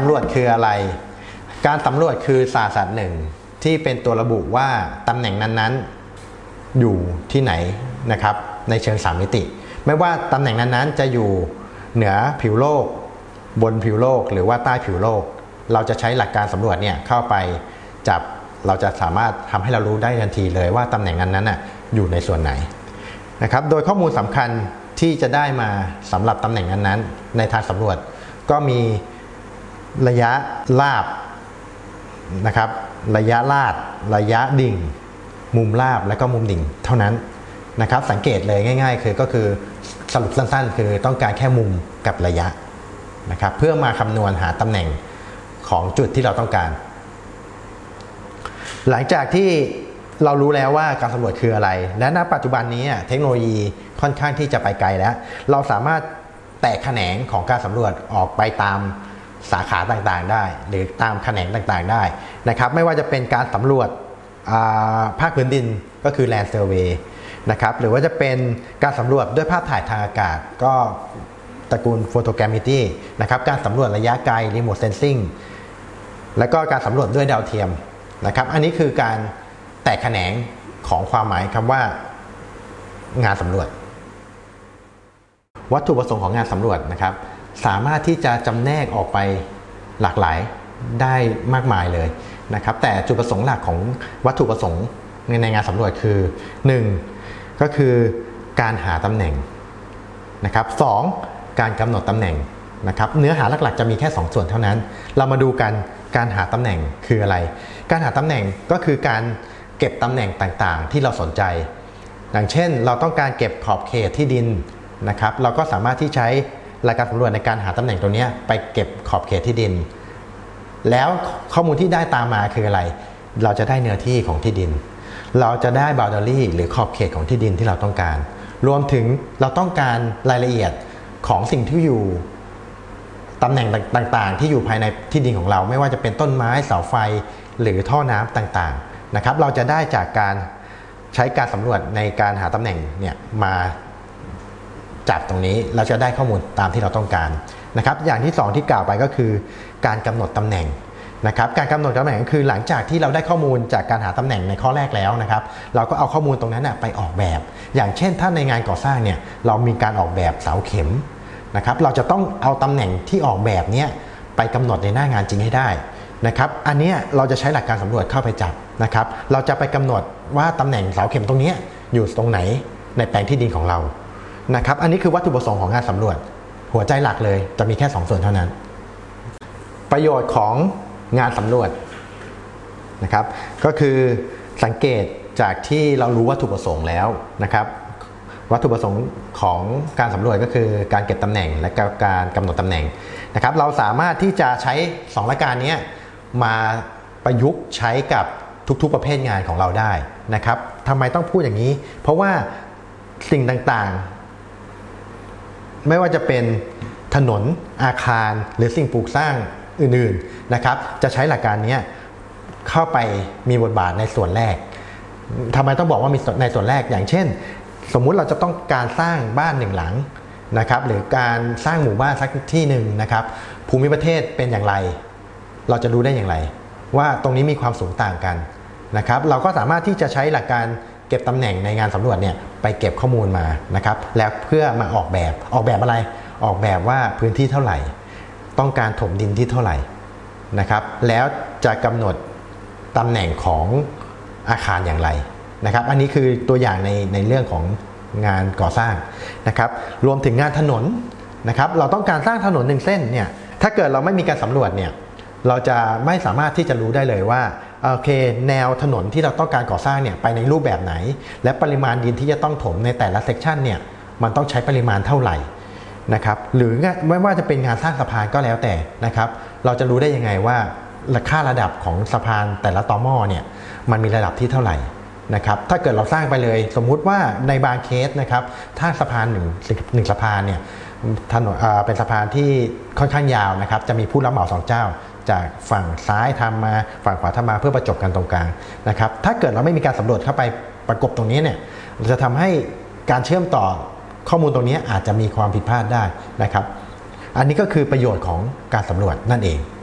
ำรวจคืออะไรการสำรวจคือศาสตร์หนึ่งที่เป็นตัวระบุว่าตำแหน่งนั้นๆอยู่ที่ไหนนะครับในเชิง3 มิติไม่ว่าตำแหน่งนั้นๆจะอยู่เหนือผิวโลกบนผิวโลกหรือว่าใต้ผิวโลกเราจะใช้หลักการสำรวจเนี่ยเข้าไปจับเราจะสามารถทำให้เรารู้ได้ทันทีเลยว่าตำแหน่งนั้นน่ะอยู่ในส่วนไหนนะครับโดยข้อมูลสำคัญที่จะได้มาสำหรับตำแหน่งนั้นๆในทางสำรวจก็มีระยะราบนะครับระยะลาดระยะดิ่งมุมราบและก็มุมดิ่งเท่านั้นนะครับสังเกตเลยง่ายๆก็คือสรุปสั้นๆคือต้องการแค่มุมกับระยะนะครับเพื่อมาคำนวณหาตำแหน่งของจุดที่เราต้องการหลังจากที่เรารู้แล้วว่าการสำรวจคืออะไรและณปัจจุบันนี้เทคโนโลยีค่อนข้างที่จะไปไกลแล้วเราสามารถแตกแขนงของการสำรวจออกไปตามสาขาต่างๆได้หรือตามแขนงต่างๆได้นะครับไม่ว่าจะเป็นการสำรวจภาคพื้นดินก็คือ Land Survey นะครับหรือว่าจะเป็นการสำรวจด้วยภาพถ่ายทางอากาศก็ตระกูล Photogrammetry นะครับการสำรวจระยะไกล Remote Sensing แล้วก็การสำรวจด้วยดาวเทียมนะครับอันนี้คือการแตกแขนงของความหมายคำว่างานสำรวจวัตถุประสงค์ของงานสำรวจนะครับสามารถที่จะจำแนกออกไปหลากหลายได้มากมายเลยนะครับแต่จุดประสงค์หลักของวัตถุประสงค์ในงานสำรวจคือ1ก็คือการหาตำแหน่งนะครับ2การกำหนดตำแหน่งนะครับเนื้อหาหลักๆจะมีแค่2ส่วนเท่านั้นเรามาดูกันการหาตำแหน่งคืออะไรการหาตำแหน่งก็คือการเก็บตำแหน่งต่างๆที่เราสนใจอย่างเช่นเราต้องการเก็บขอบเขตที่ดินนะครับเราก็สามารถที่ใช้รายการสำรวจในการหาตำแหน่งตัวนี้ไปเก็บขอบเขตที่ดินแล้วข้อมูลที่ได้ตามมาคืออะไรเราจะได้เนื้อที่ของที่ดินเราจะได้ boundary หรือขอบเขตของที่ดินที่เราต้องการรวมถึงเราต้องการรายละเอียดของสิ่งที่อยู่ตำแหน่งต่างๆที่อยู่ภายในที่ดินของเราไม่ว่าจะเป็นต้นไม้เสาไฟหรือท่อน้ำต่างๆนะครับเราจะได้จากการใช้การสำรวจในการหาตำแหน่งเนี่ยมาจับตรงนี้เราจะได้ข้อมูลตามที่เราต้องการนะครับอย่างที่2ที่กล่าวไปก็คือการกำหนดตำแหน่งนะครับการกำหนดตำแหน่งคือหลังจากที่เราได้ข้อมูลจากการหาตำแหน่งในข้อแรกแล้วนะครับเราก็เอาข้อมูลตรงนั้นไปออกแบบอย่างเช่นถ้าในงานก่อสร้างเนี่ยเรามีการออกแบบเสาเข็มนะครับเราจะต้องเอาตำแหน่งที่ออกแบบนี้ไปกำหนดในหน้างานจริงให้ได้นะครับอันนี้เราจะใช้หลักการสำรวจเข้าไปจับนะครับเราจะไปกำหนดว่าตำแหน่งเสาเข็มตรงนี้อยู่ตรงไหนในแปลงที่ดินของเรานะครับอันนี้คือวัตถุประสงค์ของงานสำรวจหัวใจหลักเลยจะมีแค่2ส่วนเท่านั้นประโยชน์ของงานสำรวจนะครับก็คือสังเกตจากที่เรารู้วัตถุประสงค์แล้วนะครับวัตถุประสงค์ของการสำรวจก็คือการเก็บตำแหน่งและการกำหนดตำแหน่งนะครับเราสามารถที่จะใช้2รายการนี้มาประยุกต์ใช้กับทุกๆประเภทงานของเราได้นะครับทำไมต้องพูดอย่างนี้เพราะว่าสิ่งต่างๆไม่ว่าจะเป็นถนนอาคารหรือสิ่งปลูกสร้างอื่นๆนะครับจะใช้หลักการนี้เข้าไปมีบทบาทในส่วนแรกทำไมต้องบอกว่ามีในส่วนแรกอย่างเช่นสมมุติเราจะต้องการสร้างบ้าน1หลังนะครับหรือการสร้างหมู่บ้านสักที่หนึ่งนะครับภูมิประเทศเป็นอย่างไรเราจะรู้ได้อย่างไรว่าตรงนี้มีความสูงต่างกันนะครับเราก็สามารถที่จะใช้หลักการเก็บตำแหน่งในงานสำรวจเนี่ยไปเก็บข้อมูลมานะครับแล้วเพื่อมาออกแบบอะไรออกแบบว่าพื้นที่เท่าไหร่ต้องการถมดินที่เท่าไหร่นะครับแล้วจะกำหนดตำแหน่งของอาคารอย่างไรนะครับอันนี้คือตัวอย่างในเรื่องของงานก่อสร้างนะครับรวมถึงงานถนนนะครับเราต้องการสร้างถนน1เส้นเนี่ยถ้าเกิดเราไม่มีการสำรวจเนี่ยเราจะไม่สามารถที่จะรู้ได้เลยว่าโอเคแนวถนนที่เราต้องการก่อสร้างเนี่ยไปในรูปแบบไหนและปริมาณดินที่จะต้องถมในแต่ละเซกชันเนี่ยมันต้องใช้ปริมาณเท่าไหร่นะครับหรือไม่ว่าจะเป็นงานสร้างสะพานก็แล้วแต่นะครับเราจะรู้ได้ยังไงว่าค่าระดับของสะพานแต่ละตอหม้อเนี่ยมันมีระดับที่เท่าไหร่นะครับถ้าเกิดเราสร้างไปเลยสมมุติว่าในบางเคสนะครับถ้าสะพานหนึ่งสะพานเนี่ยถนนเป็นสะพานที่ค่อนข้างยาวนะครับจะมีผู้รับเหมา2เจ้าจากฝั่งซ้ายทำมาฝั่งขวาทำมาเพื่อประจบกันตรงกลางนะครับถ้าเกิดเราไม่มีการสำรวจเข้าไปประกบตรงนี้เนี่ยจะทำให้การเชื่อมต่อข้อมูลตรงนี้อาจจะมีความผิดพลาดได้นะครับอันนี้ก็คือประโยชน์ของการสำรวจนั่นเอง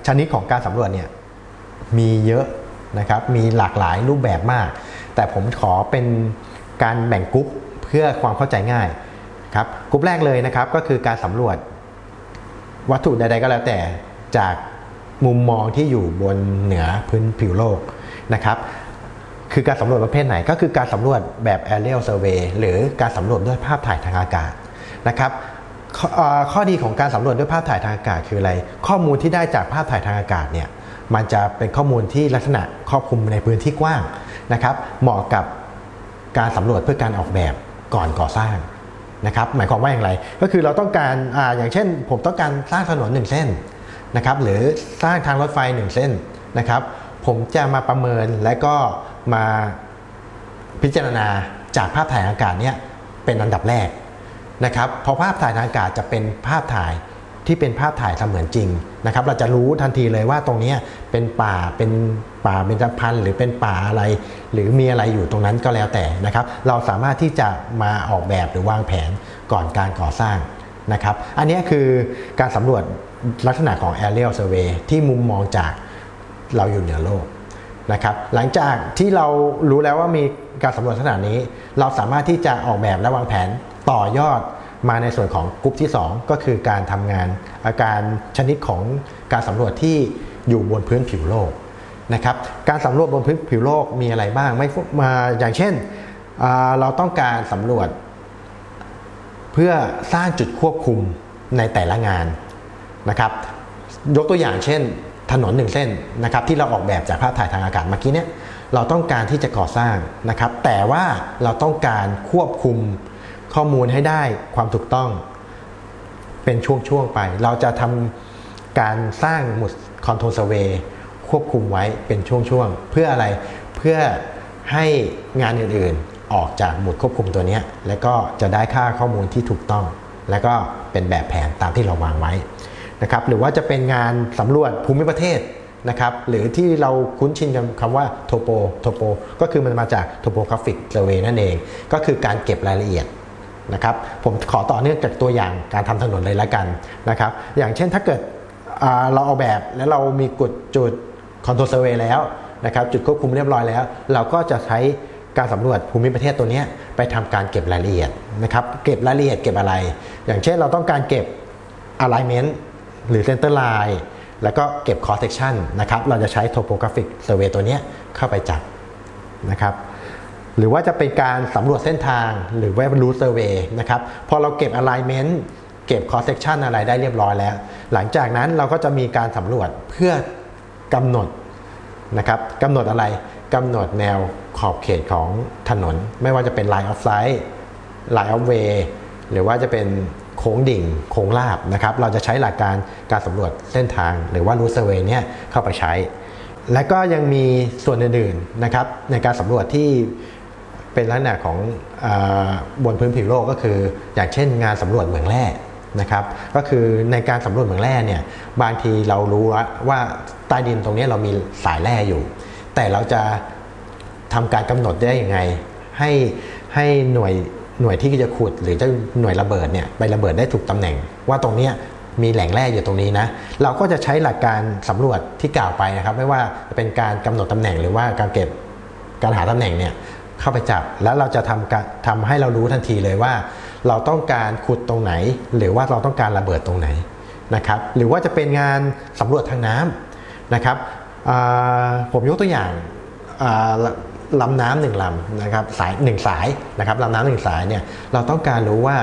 ชนิดของการสำรวจเนี่ยมีเยอะนะครับมีหลากหลายรูปแบบมากแต่ผมขอเป็นการแบ่งกรุ๊ปเพื่อความเข้าใจง่ายครับกรุ๊ปแรกเลยนะครับก็คือการสำรวจวัตถุใดๆก็แล้วแต่จากมุมมองที่อยู่บนเหนือพื้นผิวโลกนะครับคือการสำรวจประเภทไหนก็คือการสำรวจแบบ aerial survey หรือการสำรวจด้วยภาพถ่ายทางอากาศนะครับข้อดีของการสำรวจด้วยภาพถ่ายทางอากาศคืออะไรข้อมูลที่ได้จากภาพถ่ายทางอากาศเนี่ยมันจะเป็นข้อมูลที่ลักษณะครอบคลุมในพื้นที่กว้างนะครับเหมาะกับการสำรวจเพื่อการออกแบบก่อนก่อสร้างนะครับหมายความว่าอย่างไรก็คือเราต้องการอย่างเช่นผมต้องการสร้างถนน1เส้นนะครับหรือสร้างทางรถไฟ1เส้นนะครับผมจะมาประเมินและก็มาพิจารณาจากภาพถ่ายอากาศเนี่ยเป็นอันดับแรกนะครับเพราะภาพถ่ายทางอากาศจะเป็นภาพถ่ายที่เป็นภาพถ่ายเสมือนจริงนะครับเราจะรู้ทันทีเลยว่าตรงนี้เป็นป่าเบญจพรรณหรือเป็นป่าอะไรหรือมีอะไรอยู่ตรงนั้นก็แล้วแต่นะครับเราสามารถที่จะมาออกแบบหรือวางแผนก่อนการก่อสร้างนะครับอันนี้คือการสำรวจลักษณะของ aerial survey ที่มุมมองจากเราอยู่เหนือโลกนะครับหลังจากที่เรารู้แล้วว่ามีการสำรวจขนาดนี้เราสามารถที่จะออกแบบและวางแผนต่อยอดมาในส่วนของกลุ่มที่2ก็คือการทำงานการชนิดของการสำรวจที่อยู่บนพื้นผิวโลกนะครับการสำรวจบนพื้นผิวโลกมีอะไรบ้างไม่มาอย่างเช่นเราต้องการสำรวจเพื่อสร้างจุดควบคุมในแต่ละงานนะครับยกตัวอย่างเช่นถนน1เส้นนะครับที่เราออกแบบจากภาพถ่ายทางอากาศเมื่อกี้เนี่ยเราต้องการที่จะก่อสร้างนะครับแต่ว่าเราต้องการควบคุมข้อมูลให้ได้ความถูกต้องเป็นช่วงๆไปเราจะทำการสร้างหมุดคอนโทรลเซอร์เวย์ควบคุมไว้เป็นช่วงๆเพื่ออะไรเพื่อให้งานอื่นๆออกจากหมุดควบคุมตัวนี้และก็จะได้ค่าข้อมูลที่ถูกต้องและก็เป็นแบบแผนตามที่เราวางไว้นะครับหรือว่าจะเป็นงานสำรวจภูมิประเทศนะครับหรือที่เราคุ้นชินกับคำว่าโทโปก็คือมันมาจาก topographic survey นั่นเองก็คือการเก็บรายละเอียดนะครับผมขอต่อเนื่องจากตัวอย่างการทำถนนเลยละกันนะครับอย่างเช่นถ้าเกิดเราออกแบบแล้วเรามีจุดคอนโทรลเซอร์เวย์แล้วนะครับจุดควบคุมเรียบร้อยแล้วเราก็จะใช้การสำรวจภูมิประเทศตัวนี้ไปทำการเก็บรายละเอียดนะครับเก็บรายละเอียดเก็บอะไรอย่างเช่นเราต้องการเก็บ alignment หรือ center line แล้วก็เก็บ cross section นะครับเราจะใช้ topographic survey ตัวนี้เข้าไปจับนะครับหรือว่าจะเป็นการสำรวจเส้นทางหรือว่า route survey นะครับพอเราเก็บ alignment เก็บ cross section อะไรได้เรียบร้อยแล้วหลังจากนั้นเราก็จะมีการสำรวจเพื่อกำหนดนะครับกำหนดอะไรกำหนดแนวขอบเขตของถนนไม่ว่าจะเป็น line of sight line of way หรือว่าจะเป็นโค้งดิ่งโค้งราบนะครับเราจะใช้หลักการสำรวจเส้นทางหรือว่า route survey เนี่ยเข้าไปใช้และก็ยังมีส่วนอื่นๆนะครับในการสำรวจที่เป็นลักษณะของบนพื้นผิวโลกก็คืออย่างเช่นงานสำรวจเหมืองแร่นะครับก็คือในการสำรวจเหมืองแร่เนี่ยบางทีเรารู้ว่าใต้ดินตรงนี้เรามีสายแร่อยู่แต่เราจะทำการกำหนดได้ยังไงให้หน่วยที่จะขุดหรือจะหน่วยระเบิดเนี่ยไประเบิดได้ถูกตำแหน่งว่าตรงนี้มีแหล่งแร่อยู่ตรงนี้นะเราก็จะใช้หลักการสำรวจที่กล่าวไปนะครับไม่ว่าจะเป็นการกำหนดตำแหน่งหรือว่าการหาตำแหน่งเนี่ยเข้าไปจับแล้วเราจะทำให้เรารู้ทันทีเลยว่าเราต้องการขุดตรงไหนหรือว่าเราต้องการระเบิดตรงไหนนะครับหรือว่าจะเป็นงานสำรวจทางน้ำนะครับผมยกตัวอย่างลำน้ำหนึ่งลำนะครับสายหนึ่งสายนะครับลำน้ำหนึ่งสายเนี่ยเราต้องการรู้ว่า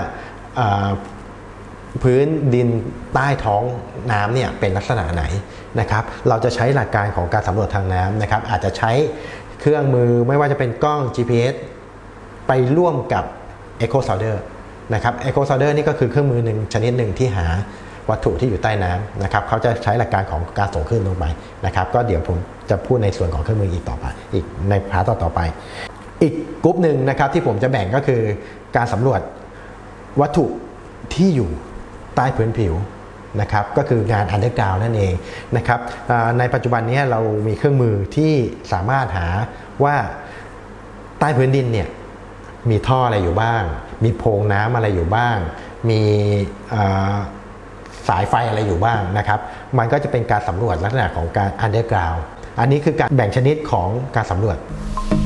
พื้นดินใต้ท้องน้ำเนี่ยเป็นลักษณะไหนนะครับเราจะใช้หลักการของการสำรวจทางน้ำนะครับอาจจะใช้เครื่องมือไม่ว่าจะเป็นกล้อง GPS ไปร่วมกับ Echo Sounder นะครับ Echo Sounder นี่ก็คือเครื่องมือหนึ่งชนิดหนึ่งที่หาวัตถุที่อยู่ใต้น้ำนะครับเขาจะใช้หลักการของการส่งคลื่นลงไปนะครับก็เดี๋ยวผมจะพูดในส่วนของเครื่องมืออีกต่อไปอีกในพาร์ทต่อไปอีกกลุ่มหนึ่งนะครับที่ผมจะแบ่งก็คือการสำรวจวัตถุที่อยู่ใต้พื้นผิวนะครับก็คืองาน underground นั่นเองนะครับในปัจจุบันนี้เรามีเครื่องมือที่สามารถหาว่าใต้พื้นดินเนี่ยมีท่ออะไรอยู่บ้างมีโพรงน้ำอะไรอยู่บ้างมีสายไฟอะไรอยู่บ้างนะครับมันก็จะเป็นการสำรวจลักษณะของการ underground อันนี้คือการแบ่งชนิดของการสำรวจ